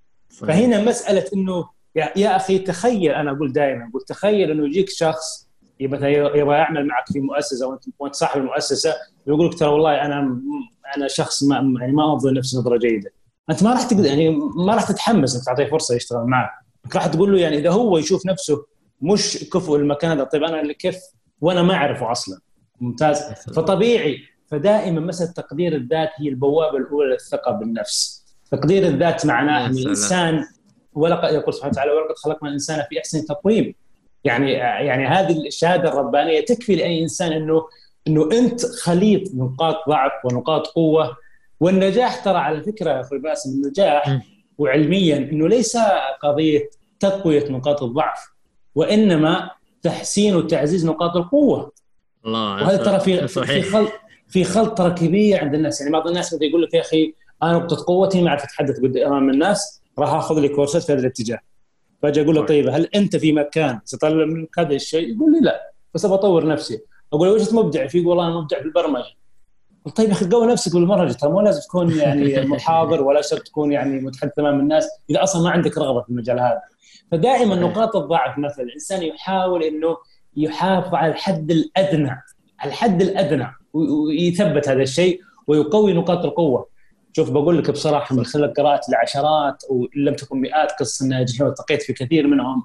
فهنا مسألة إنه يا أخي تخيل، أنا أقول دائما تخيل إنه يجيك شخص يبغى يعمل معك في مؤسسة وأنت صاحب المؤسسة، ويقول لك ترى والله أنا شخص ما أنظر نفسي نظرة جيدة. أنت ما راح تقدر، يعني ما راح تتحمس إنك تعطيه فرصة يشتغل معك. راح تقول له يعني إذا هو يشوف نفسه مش كفؤ المكان هذا، طيب أنا اللي كيف وأنا ما أعرفه أصلا. ممتاز. فطبيعي، فدائما مسألة تقدير الذات هي البوابة الأولى للثقة بالنفس. تقدير الذات معناه أن الإنسان ولقد يقول سبحانه وتعالى ولقد خلقنا الإنسان في أحسن تقويم. يعني هذه الشهادة الربانية تكفي لأي إنسان إنه أنت خليط نقاط ضعف ونقاط قوة. والنجاح ترى على فكرة يا أخوي باسم، النجاح وعلميا إنه ليس قضية تقوية نقاط الضعف، وإنما تحسين وتعزيز نقاط القوة. وهذا ترى في خلط ترى كبير عند الناس. يعني بعض الناس بدأ يقول لك يا أخي أنا نقطة قوتي ما أعرف أتحدث أمام الناس، راح أخذ لي كورسات في هذا الاتجاه. فأجي أقول له طيب هل أنت في مكان تطلع منك هذا الشيء؟ يقول لي لا، بس أبطور نفسي. أقول له وش مبدع فيه؟ يقول والله أنا مبدع في البرمجة. طيب يا أخي قوي نفسك بالبرمجة، ترى مو لازم تكون يعني محاضر ولا شرط تكون يعني متحدث أمام الناس إذا أصلا ما عندك رغبة في المجال هذا. فدائما نقاط الضعف مثلا الإنسان يحاول إنه يحافظ على الحد الأدنى ويثبت هذا الشيء ويقوي نقاط القوة. شوف بقول لك بصراحة من خلال قراءة العشرات أو لم تكن مئات قصص الناجحين والتقيت في كثير منهم،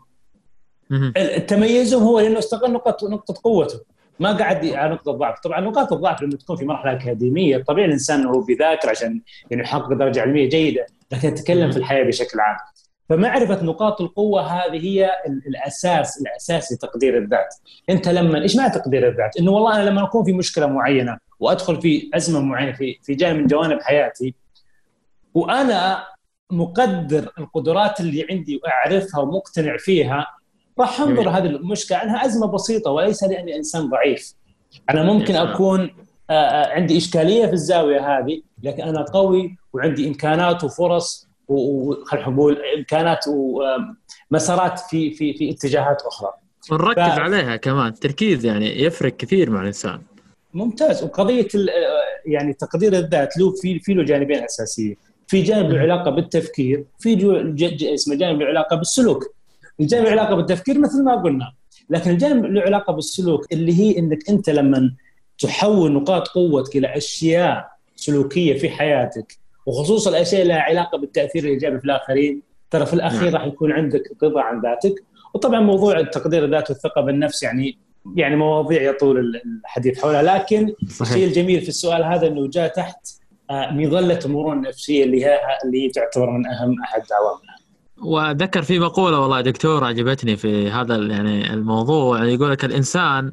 تميزهم هو لأنه استغل نقطة قوته، ما قاعد على نقطة ضعف. طبعا نقاط الضعف لما تكون في مرحلة أكاديمية طبيعي الإنسان هو بيذاكر عشان يعني يحقق درجة علمية جيدة، لكن يتكلم في الحياة بشكل عام. فمعرفة نقاط القوة هذه هي الأساس لتقدير الذات. أنت لما إيش معنى تقدير الذات؟ إنه والله أنا لما أكون في مشكلة معينة وأدخل في أزمة معينة في جانب من جوانب حياتي، وانا مقدر القدرات اللي عندي واعرفها ومقتنع فيها، راح انظر هذه المشكله انها ازمه بسيطه وليس لاني انسان ضعيف. انا ممكن اكون عندي اشكاليه في الزاويه هذه، لكن انا قوي وعندي امكانات وفرص وخلينا نقول امكانات ومسارات في اتجاهات اخرى ونركز عليها كمان. التركيز يعني يفرق كثير مع الانسان. ممتاز. وقضيه يعني تقدير الذات له جانبين اساسيين. في جانب له علاقه بالتفكير، في اسمه جانب له علاقه بالسلوك. الجانب له علاقه بالتفكير مثل ما قلنا، لكن الجانب له علاقه بالسلوك اللي هي انك انت لما تحول نقاط قوتك الى اشياء سلوكيه في حياتك، وخصوصا الاشياء اللي لها علاقه بالتاثير الايجابي في الاخرين، ترى في الاخير راح يكون عندك رضا عن ذاتك. وطبعا موضوع تقدير الذات والثقه بالنفس يعني مواضيع يطول الحديث حولها، لكن الشيء الجميل في السؤال هذا انه جاء تحت مظله المرونه النفسيه اللي تعتبر من اهم احد عواملها. وذكر في مقوله والله دكتور عجبتني في هذا يعني الموضوع، يقول لك الانسان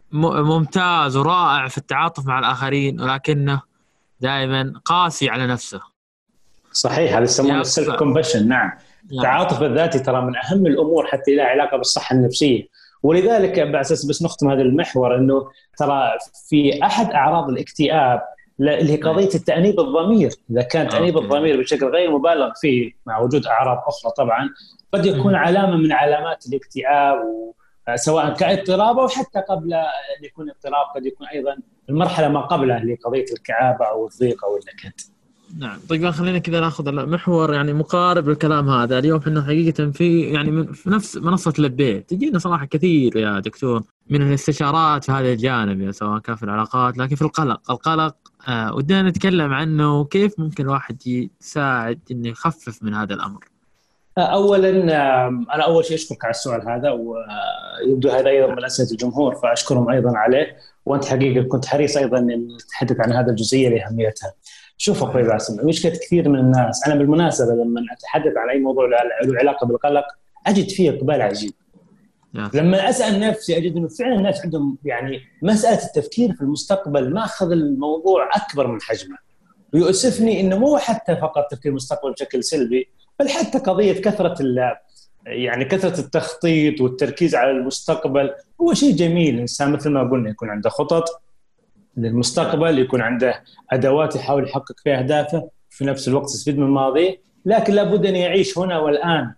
ممتاز ورائع في التعاطف مع الآخرين، ولكنه دائما قاسي على نفسه. صحيح، هذا يسمونه السيلف كومباشن. نعم، التعاطف الذاتي ترى من أهم الأمور حتى لها علاقة بالصحة النفسية. ولذلك بأساس بس نختم هذا المحور أنه ترى في أحد أعراض الاكتئاب اللي هي قضية التأنيب الضمير. إذا كان تأنيب الضمير بشكل غير مبالغ فيه مع وجود أعراض أخرى طبعا قد يكون علامة من علامات الاكتئاب، سواء كاضطراب أو حتى قبل أن يكون اضطراب قد يكون أيضا المرحلة ما قبلها لقضية الكآبة أو الضيق أو النكد. نعم. طيب خلينا كذا ناخذ محور يعني مقارب للكلام هذا. اليوم احنا حقيقة في يعني في نفس منصة لبيت تجينا صراحة كثير يا دكتور من الاستشارات في هذا الجانب، يعني سواء كان في العلاقات لكن في القلق ودنا نتكلم عنه، كيف ممكن الواحد يساعد إنه يخفف من هذا الأمر؟ أولاً أنا أول شيء أشكرك على السؤال هذا، ويبدو هذا أيضاً من أسئلة الجمهور فأشكرهم أيضاً عليه. وأنت حقيقة كنت حريص أيضاً أن تتحدث عن هذا الجزئية لأهميتها. شوف أخوي باسم، مشكلة كثير من الناس، أنا بالمناسبة لما أتحدث عن أي موضوع له علاقة بالقلق أجد فيه إقبال عجيب. لما أسأل نفسي أجد أنه فعلاً الناس عندهم يعني مسألة التفكير في المستقبل ما أخذ الموضوع أكبر من حجمه. ويؤسفني إنه مو حتى فقط تفكير المستقبل بشكل سلبي، بل حتى قضية كثرة التخطيط والتركيز على المستقبل هو شيء جميل. الإنسان مثل ما قلنا يكون عنده خطط للمستقبل، يكون عنده أدوات يحاول يحقق فيها أهدافه، في نفس الوقت يستفيد من الماضي، لكن لابد أن يعيش هنا والآن.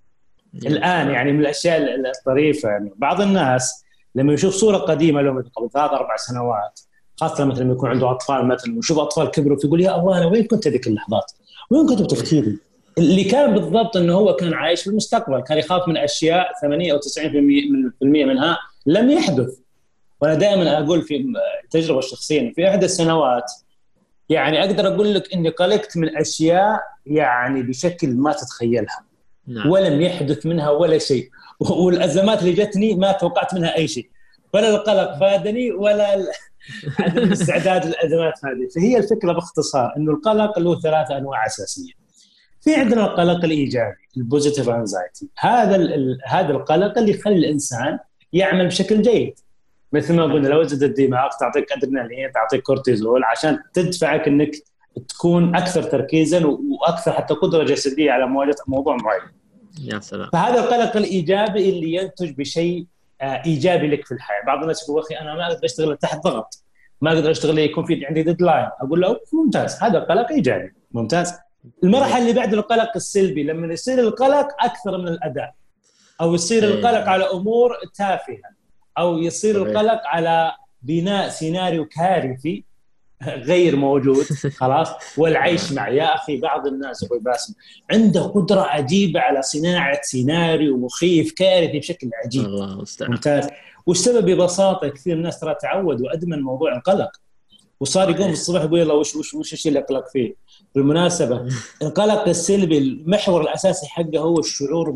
الآن يعني من الأشياء الطريفة، يعني بعض الناس لما يشوف صورة قديمة له مثل قبل 3-4 سنوات، خاصة مثلا لما يكون عنده أطفال مثلا ويشوف أطفال كبروا فيقول يا الله أنا وين كنت هذيك اللحظات، وين كنت بتفكيري اللي كان بالضبط أنه هو كان عايش في المستقبل، كان يخاف من أشياء 80 أو 90% منها لم يحدث. وأنا دائما أقول في تجربة شخصية في إحدى السنوات يعني أقدر أقول لك إني قلقت من أشياء يعني بشكل ما تتخيلها. نعم. ولم يحدث منها ولا شيء، والأزمات اللي جتني ما توقعت منها أي شيء، ولا القلق فادني ولا عدم الاستعداد للأزمات هذه. فهي الفكرة باختصار إنه القلق له 3 أنواع أساسية. في عندنا القلق الإيجابي البوزيتيف أنزايتي، هذا القلق اللي يخلي الإنسان يعمل بشكل جيد. مثل ما قلنا لو زادت الدماغ تعطيك أدرينالين، تعطيك كورتيزول عشان تدفعك إنك تكون أكثر تركيزا وأكثر حتى قدرة جسدية على مواجهة موضوع معين. يا سلام. فهذا القلق الإيجابي اللي ينتج بشيء إيجابي لك في الحياة. بعض الناس يقول أخي أنا ما أقدر أشتغل تحت ضغط، ما أقدر أشتغل يكون في عندي ديدلاين. أقول له ممتاز، هذا قلق إيجابي ممتاز. المرحلة اللي بعد القلق السلبي لما يصير القلق أكثر من الأداء، أو يصير القلق على أمور تافهة، أو يصير القلق على بناء سيناريو كارثي غير موجود خلاص والعيش مع. يا أخي بعض الناس أخوي باسم عنده قدرة عجيبة على صناعة سيناريو مخيف كارثي بشكل عجيب. ممتاز. والسبب ببساطة كثير من الناس ترى تعود وأدمن موضوع القلق، وصار يقوم الصبح يقول يلا وش الشيء اللي أقلق فيه. بالمناسبة القلق السلبي المحور الأساسي حقه هو الشعور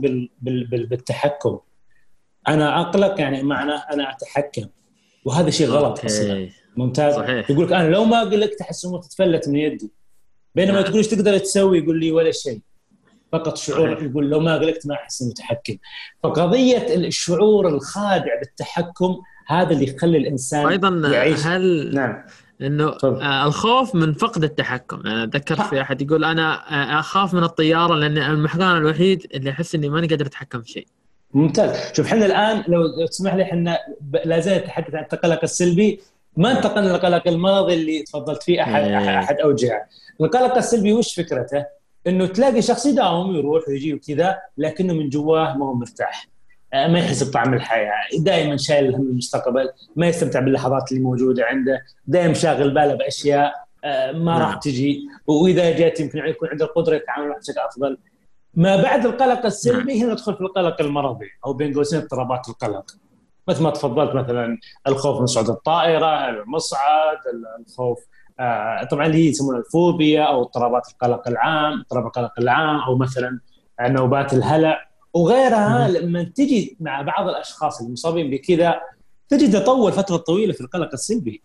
بالتحكم. أنا أقلق يعني معناه أنا أتحكم، وهذا شيء غلط أصلا. ممتاز. صحيح. يقولك أنا لو ما قلت تحس إنه تتفلت من يدي، بينما تقولش تقدر تسوي يقول لي ولا شيء، فقط شعور. صحيح. يقول لو ما قلت ما أحس إنه متحكم. فقضية الشعور الخادع بالتحكم هذا اللي يخلي الإنسان أيضا يعيش. هل نعم. انه الخوف من فقد التحكم. انا اتذكر في احد يقول انا اخاف من الطياره لان المكان الوحيد اللي احس اني ماني قادر اتحكم في شيء. ممتاز. شوف احنا الان لو تسمح لي احنا لا زال نتحدث عن القلق السلبي، ما انتقلنا للقلق المرضي اللي تفضلت فيه احد اوجهه. القلق السلبي وش فكرته؟ انه تلاقي شخص يداوم يروح ويجي وكذا لكنه من جواه ما هو مرتاح، ما يحس بطعم الحياه، دائما شايل هم المستقبل، ما يستمتع باللحظات اللي موجوده عنده، دائما شاغل باله باشياء ما راح تجي، واذا جات يمكن يكون عنده القدره يتعامل بشكل افضل. ما بعد القلق السلبي هنا ندخل في القلق المرضي او بين قوسين اضطرابات القلق، مثل ما تفضلت مثلا الخوف من صعود الطائره، المصعد، الخوف طبعا اللي هي يسمونها الفوبيا او اضطرابات القلق العام، اضطراب القلق العام، او مثلا نوبات الهلع وغيرها. لما تجي مع بعض الاشخاص المصابين بكذا تجد تطول فتره طويله في القلق السلبي.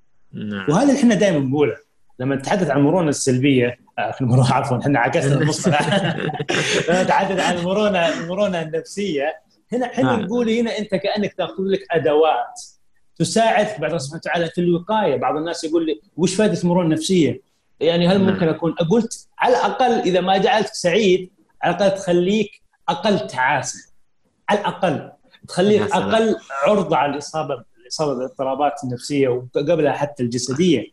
وهذا اللي احنا دائما نقوله لما نتحدث عن المرونه السلبيه، عفوا احنا عكسنا المصطلح نتحدث عن المرونه النفسيه. هنا احنا نقول هنا انت كانك تاخذ لك ادوات تساعدك بعد الله سبحانه وتعالى في الوقايه. بعض الناس يقول لي وش فائده المرونه النفسيه؟ يعني هل ممكن اكون قلت على الاقل اذا ما جعلتك سعيد على الاقل تخليك اقل تعاسه، على الاقل تخليك اقل عرضه على الاصابه بالاضطرابات النفسيه وقبلها حتى الجسديه.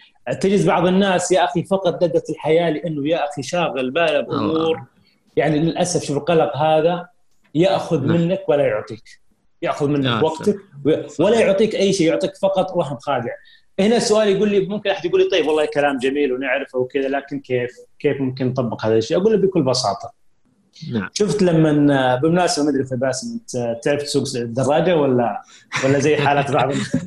تجد بعض الناس يا اخي فقط لذة الحياه لانه يا اخي شاغل باله بامور، يعني للاسف شوف القلق هذا ياخذ منك ولا يعطيك، ياخذ منك وقتك ولا يعطيك اي شيء، يعطيك فقط وهم خادع. هنا السؤال يقول لي ممكن احد يقول لي طيب والله كلام جميل ونعرفه وكذا، لكن كيف ممكن نطبق هذا الشيء؟ اقول له بكل بساطه. شفت لما بالمناسبه ما ادري في باسم انت تعرف تسوق الدراجه ولا زي حالات بعض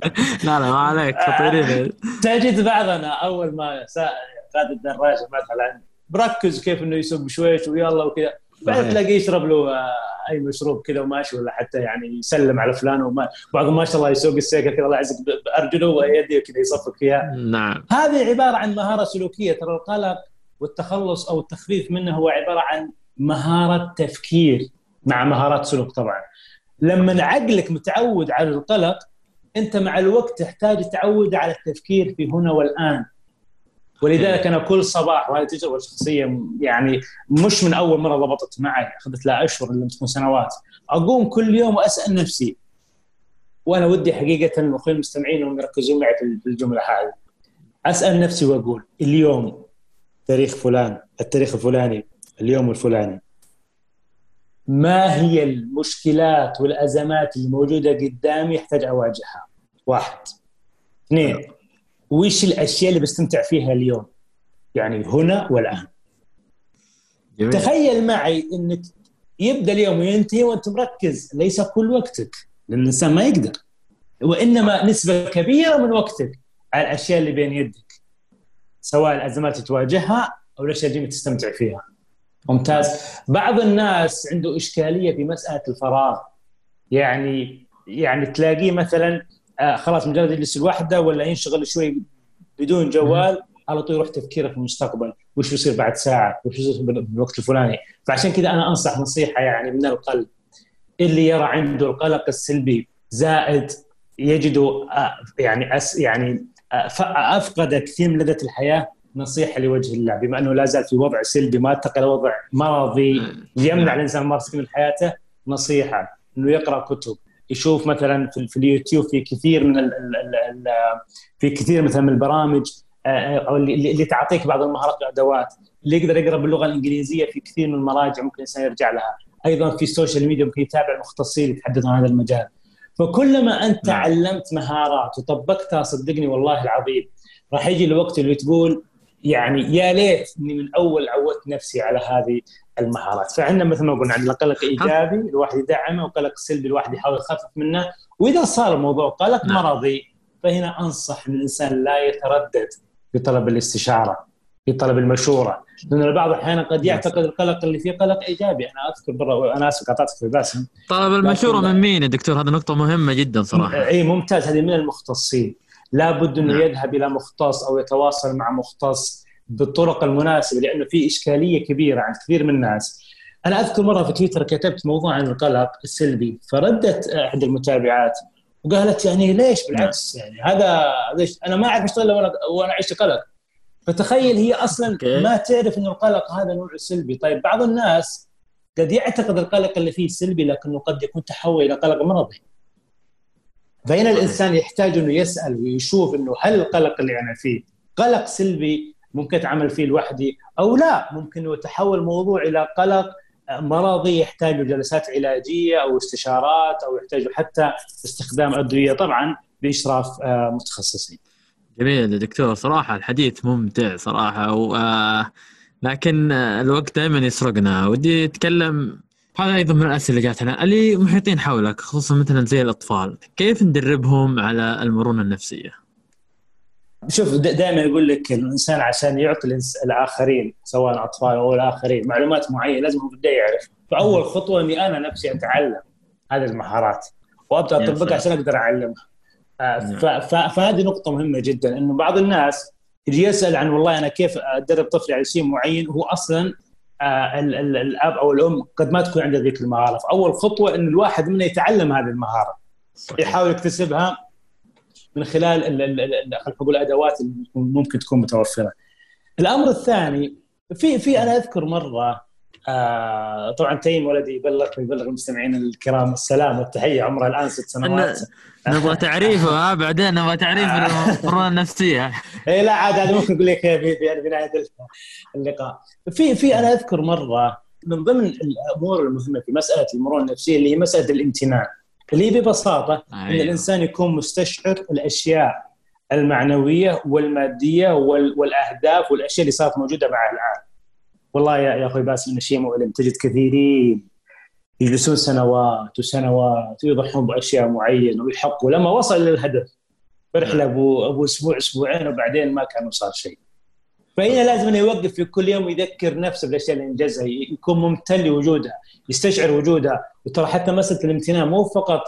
لا ما عليك خطيرين. تجد بعضنا اول ما قاد الدراجه مثلا بركز كيف انه يسوق بشويش ويلا وكذا، بعد تلاقيه يشرب له اي مشروب كذا وماشي، ولا حتى يعني يسلم على فلان وبعض ما شاء الله يسوق السيكل كذا الله يعزك بارجله ويديه كذا يصفق فيها. نعم. هذه عباره عن مهاره سلوكيه. ترى القلق والتخلص او التخفيف منه هو عباره عن مهاره تفكير مع مهارات سلوك. طبعا لما عقلك متعود على القلق انت مع الوقت تحتاج تعود على التفكير في هنا والان. ولذلك انا كل صباح، وهذه تجربه شخصيه يعني مش من اول مره ضبطت معي، اخذت لها اشهر لم تكن سنوات، اقوم كل يوم واسال نفسي، وانا ودي حقيقه اخوي المستمعين انهم يركزون معي في الجمله هذه، اسال نفسي واقول اليوم تاريخ فلان، التاريخ الفلاني، اليوم الفلاني، ما هي المشكلات والازمات اللي موجوده قدامي يحتاج اواجهها؟ 1 2 وش الاشياء اللي بستمتع فيها اليوم، يعني هنا والان. جميل. تخيل معي انك يبدا اليوم وينتهي وانت مركز، ليس كل وقتك لان الانسان ما يقدر، وانما نسبه كبيره من وقتك على الاشياء اللي بين يدك، سواء الازمات تواجهها او الاشياء اللي تستمتع فيها. ممتاز. بعض الناس عنده اشكاليه في مساله الفراغ، يعني تلاقيه مثلا خلاص مجرد يجلس لوحده ولا ينشغل شوي بدون جوال على طول يروح تفكيره في المستقبل، وش بيصير بعد ساعه، وش بيصير بالوقت الفلاني. فعشان كذا انا انصح نصيحه يعني من القلب، اللي يرى عنده القلق السلبي زائد يجده يعني افقد كثير من لذة الحياه، نصيحه لوجه الله، بما انه لا زال في وضع سلبي ما انتقل وضع مرضي يمنع الانسان ممارسه من حياته، نصيحه انه يقرا كتب، يشوف مثلا في اليوتيوب في كثير مثلا من البرامج او اللي تعطيك بعض المهارات والادوات، اللي يقدر يقرا باللغه الانجليزيه في كثير من المراجع ممكن الانسان يرجع لها، ايضا في السوشيال ميديا ممكن يتابع المختصين يتحدثون عن هذا المجال. فكلما انت تعلمت مهارات وطبقتها صدقني والله العظيم راح يجي الوقت اللي تقول يعني يا ليت اني من اول عودت نفسي على هذه المهارات. فعندنا مثل ما قلنا عندنا قلق ايجابي الواحد يدعمه، وقلق سلبي الواحد يحاول يخفف منه، واذا صار الموضوع قلق مرضي فهنا انصح ان الانسان لا يتردد في طلب الاستشاره، في طلب المشوره، لان البعض احيانا قد يعتقد القلق اللي فيه قلق ايجابي. انا اذكر برا، انا اسف قطعتك في باسم، طلب المشوره من مين يا دكتور؟ هذه نقطه مهمه جدا صراحه. اي ممتاز، هذه من المختصين، لابد انه يذهب الى مختص او يتواصل مع مختص بالطرق المناسبه، لانه في اشكاليه كبيره عند كثير من الناس. انا اذكر مره في تويتر كتبت موضوع عن القلق السلبي، فردت احد المتابعات وقالت يعني ليش بالعكس يعني هذا ليش انا ما اعرف اشتغل وانا اعيش قلق. فتخيل هي اصلا ما تعرف انه القلق هذا نوع سلبي. طيب بعض الناس قد يعتقد القلق اللي فيه سلبي لكنه قد يكون تحول الى قلق مرضي. فهنا الانسان يحتاج انه يسال ويشوف انه هل القلق اللي انا فيه قلق سلبي ممكن اتعامل فيه لوحدي او لا، ممكن انه يتحول الموضوع الى قلق مرضي يحتاج جلسات علاجيه او استشارات او يحتاج حتى استخدام ادويه طبعا باشراف متخصصين. جميل دكتور، صراحه الحديث ممتع صراحه لكن الوقت دائما يسرقنا. ودي اتكلم، هذا ايضا من الاسئله اللي جاتنا اللي محيطين حولك خصوصا مثلا زي الاطفال، كيف ندربهم على المرونه النفسيه؟ شوف دائما يقول لك الانسان عشان يعطي الاخرين سواء اطفال او الاخرين معلومات معينه لازم هو بده يعرف. فاول خطوه اني انا نفسي اتعلم هذه المهارات وابدا اطبقها عشان اقدر اعلمها. فهذه نقطه مهمه جدا، انه بعض الناس يجي يسال عن والله انا كيف ادرب طفلي على شيء معين، هو اصلا الاب او الام قد ما تكون عنده ذيك المهاره. فاول خطوه ان الواحد منه يتعلم هذه المهاره، يحاول يكتسبها من خلال خلينا نقول الادوات اللي ممكن تكون متوفره. الامر الثاني في انا اذكر مره طبعا تيم ولدي يبلغ المستمعين الكرام السلام والتحيه، عمره الان 6 سنوات. نبغى تعريفه بعدين نبغى تعريف المرونه النفسيه. اي لا عاد هذا ممكن اقول لك في نهايه اللقاء. في انا اذكر مره من ضمن الامور المهمه في مساله المرونه النفسيه اللي هي مساله الامتنان، اللي هي ببساطه ان الانسان يكون مستشعر الاشياء المعنويه والماديه والاهداف والاشياء اللي صارت موجوده معه الان. والله يا اخوي باسم شيء مؤلم، تجد كثيرين يجلسون سنوات وسنوات ويضحون باشياء معينه ويحققوا لما وصل للهدف برحله ابو اسبوع اسبوعين وبعدين ما كان صار شيء. فهنا لازم انه يوقف في كل يوم ويذكر نفسه بالاشياء اللي انجزها، يكون ممتن لوجودها، يستشعر وجودها. وترى حتى مساله الامتنان مو فقط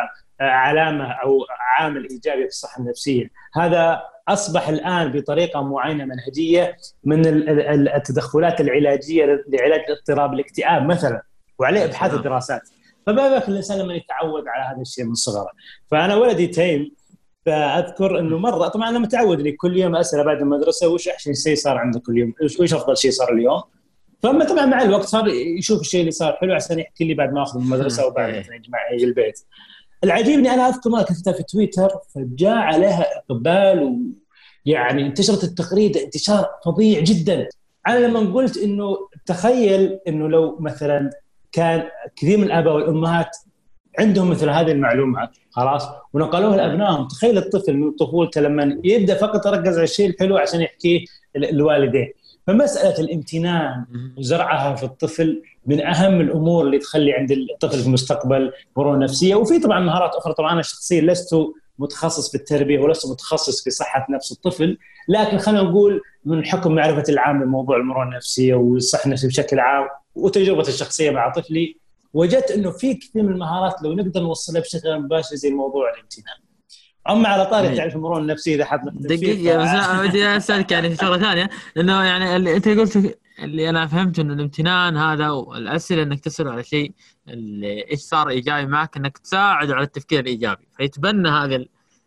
علامه او عامل ايجابي في الصحه النفسيه، هذا اصبح الان بطريقه معينه منهجيه من التدخلات العلاجيه لعلاج اضطراب الاكتئاب مثلا، وعليه ابحاث ودراسات. فما بالك الانسان لما يتعود على هذا الشيء من صغره. فانا ولدي تيم فاذكر انه مره طبعا انا متعود لي كل يوم اساله بعد المدرسه وش احسن شيء صار عندك كل يوم، وش افضل شيء صار اليوم. فما طبعا مع الوقت صار يشوف الشيء اللي صار حلو عشان يحكي لي بعد ما اخذ من المدرسه وبعد ما يجي البيت. العجيب اني انا اذكر ما كتبتها في تويتر فجاء عليها اقبال ويعني انتشرت التغريده انتشار فظيع جدا. انا لما قلت انه تخيل انه لو مثلا كان كثير من الاباء والامهات عندهم مثل هذه المعلومات خلاص ونقلوها لابنائهم، تخيل الطفل من طفولته لما يبدا فقط يركز على الشيء الحلو عشان يحكيه الوالدين. فمساله الامتنان وزرعها في الطفل من اهم الامور اللي تخلي عند الطفل في المستقبل مرونه نفسيه. وفي طبعا مهارات اخرى، طبعا انا شخصيا لست متخصص بالتربيه ولست متخصص في صحه نفس الطفل، لكن خلينا نقول من حكم معرفتي العام لموضوع المرونه النفسيه والصحه النفسيه بشكل عام وتجربتي الشخصيه مع طفلي، وجدت انه في كثير من المهارات لو نقدر نوصلها بشكل مباشر زي موضوع الامتنان. اما على طاري تعرف المرونه النفسيه اذا حد دقيقه بس انا بدي اسالك يعني شغله ثانيه، انه يعني اللي انت قلت اللي انا فهمت انه الامتنان هذا والاسئله انك تسال على شيء ايش صار ايجابي معك، انك تساعده على التفكير الايجابي فيتبنى هذا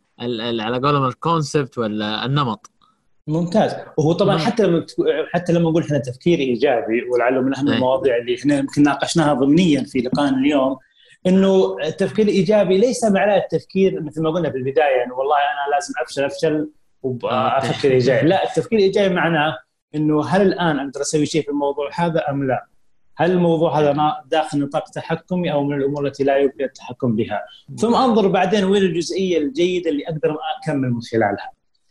على قولهم الكونسبت ولا النمط. ممتاز. وهو طبعا حتى لما نقول احنا تفكير ايجابي، ولعله من اهم المواضيع اللي احنا يمكن ناقشناها ضمنيا في لقائنا اليوم، انه التفكير الايجابي ليس معناه التفكير مثل ما قلنا في البدايه انه والله انا لازم افشل وافكر ايجابي. لا، التفكير الايجابي معناه انه هل الان اقدر اسوي شيء في الموضوع هذا ام لا؟ هل الموضوع هذا داخل نطاق تحكمي او من الامور التي لا يمكن التحكم بها؟ ثم انظر بعدين وين الجزئيه الجيده اللي اقدر اكمل من خلالها.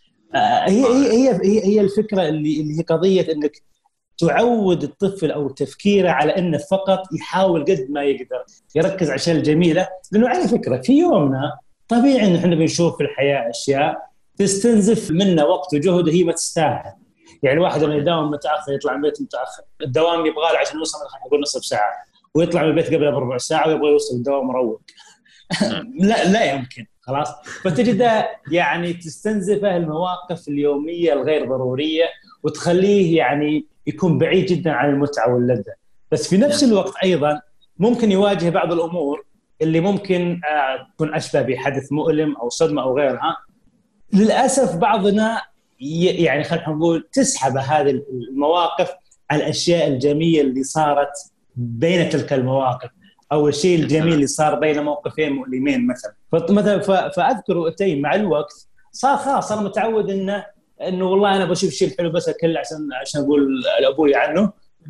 هي الفكره اللي هي قضيه انك تعود الطفل او تفكيره على انه فقط يحاول قد ما يقدر يركز على الاشياء الجميله. لانه على فكره في يومنا طبيعي ان احنا بنشوف في الحياه اشياء تستنزف منا وقت وجهد هي ما تستاهل. يعني الواحد لما يداوم متاخر يطلع من البيت متاخر، الدوام يبغى له عشان يوصل نقول نصف ساعه، ويطلع من البيت قبل بربع ساعه ويبغى يوصل الدوام مروق. لا يمكن خلاص. فتجد يعني تستنزفه المواقف اليوميه الغير ضروريه وتخليه يعني يكون بعيد جدا عن المتعه واللذه. بس في نفس الوقت ايضا ممكن يواجه بعض الامور اللي ممكن تكون أشبه بحدث مؤلم أو صدمة أو غيرها. للأسف بعضنا يعني خلينا نقول تسحب هذه المواقف على الأشياء الجميلة اللي صارت بين تلك المواقف، أو الشيء الجميل اللي صار بين موقفين مؤلمين مثلا. فأذكر تيم مع الوقت صار خلاص أنا متعود إنه والله أنا بشوف الشيء الحلو بس أكل عشان أقول لأبوي عنه،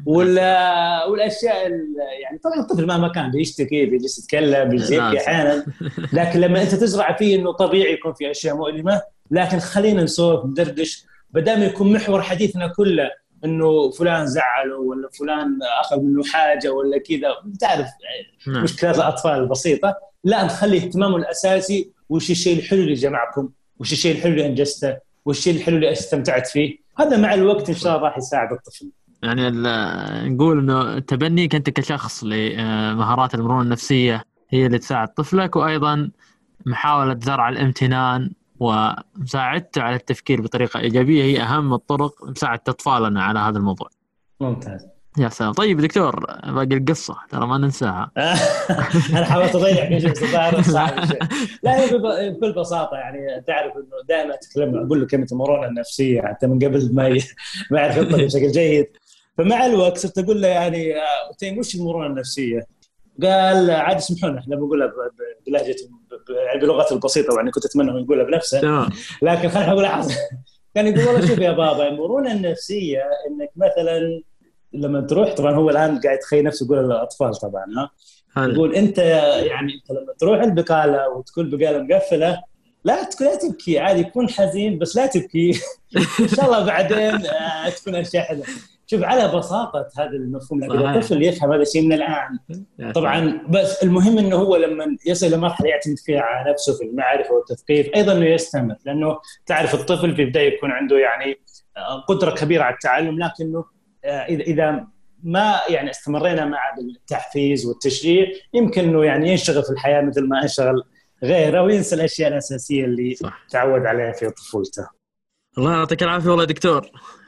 والاشياء يعني طبعا الطفل مهما كان بيشتكي بيجلس يتكلم بيجيك احيانا، لكن لما انت تزرع فيه انه طبيعي يكون في اشياء مؤلمه، لكن خلينا نسولف ندردش بدل ما يكون محور حديثنا كله انه فلان زعله ولا فلان اخذ منه حاجه ولا كذا، تعرف مشكلات الاطفال البسيطه. لا، نخلي اهتمامه الاساسي وش الشيء الحلو اللي جمعكم، وش الشيء الحلو اللي انجزته، وش الشيء الحلو اللي استمتعت فيه. هذا مع الوقت ان شاء الله راح يساعد الطفل. يعني نقول انه تبنيك انت كشخص لمهارات المرونة النفسية هي اللي تساعد طفلك، وايضا محاولة زرع الامتنان ومساعدته على التفكير بطريقة إيجابية هي أهم الطرق مساعدة أطفالنا على هذا الموضوع. ممتاز. يا سلام. طيب دكتور، باقي القصة ترى ما ننساها. أنا حاولت أضيع في شيء صعب شيء. لا، بكل بساطة يعني تعرف إنه دائما أتكلم أقول له كلمة المرونة النفسية حتى من قبل ما يعرف يطلق بشكل جيد. فمع الوقت صرت أقول له يعني وش المرونة النفسية؟ قال عاد اسمحونا احنا بنقولها بلهجة بلغة البسيطة، يعني كنت أتمنى أن يقولها بنفسه لكن خلينا نقول حاضر. كان يقول والله شوف يا بابا، المرونة النفسية إنك مثلا لما تروح، طبعا هو الآن قاعد يتخيل نفسه يقول للأطفال طبعا يقول أنت يعني أنت لما تروح البقالة وتكون بقالة مقفلة لا تبكي عادي، يكون حزين بس لا تبكي إن شاء الله بعدين تكون أشياء حلوة. شوف على بساطة هذا المفهوم، لكن الطفل يفهم هذا الشيء من الآن طبعا. بس المهم إنه هو لما يصل إلى مرحلة يعتمد فيها على نفسه في المعرفة والتثقيف، أيضا إنه يستمر، لأنه تعرف الطفل في البداية يكون عنده يعني قدرة كبيرة على التعلم، لكنه إذا ما يعني استمرينا مع التحفيز والتشجيع يمكن إنه يعني ينشغل في الحياة مثل ما انشغل غيره وينسى الأشياء الأساسية اللي تعود عليها في طفولته. الله يعطيك العافية والله دكتور،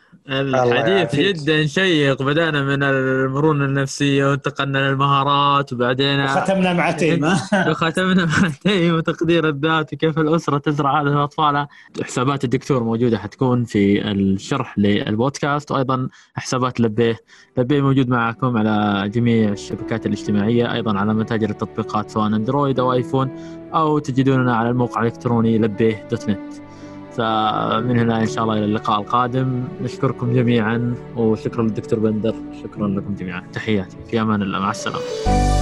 الحديث جدا شيق. بدأنا من المرونة النفسية وانتقلنا للمهارات وبعدين ختمنا مع تيم وتقدير الذات وكيف الأسرة تزرع هذا الأطفال. حسابات الدكتور موجودة حتكون في الشرح للبودكاست، وأيضا حسابات لبيه موجود معكم على جميع الشبكات الاجتماعية، أيضا على متاجر التطبيقات سواء أندرويد أو آيفون، أو تجدوننا على الموقع الإلكتروني لبيه.net. فمن هنا إن شاء الله إلى اللقاء القادم. نشكركم جميعا، وشكرا للدكتور بندر، شكرا لكم جميعا، تحياتي، في أمان الله، مع السلامة.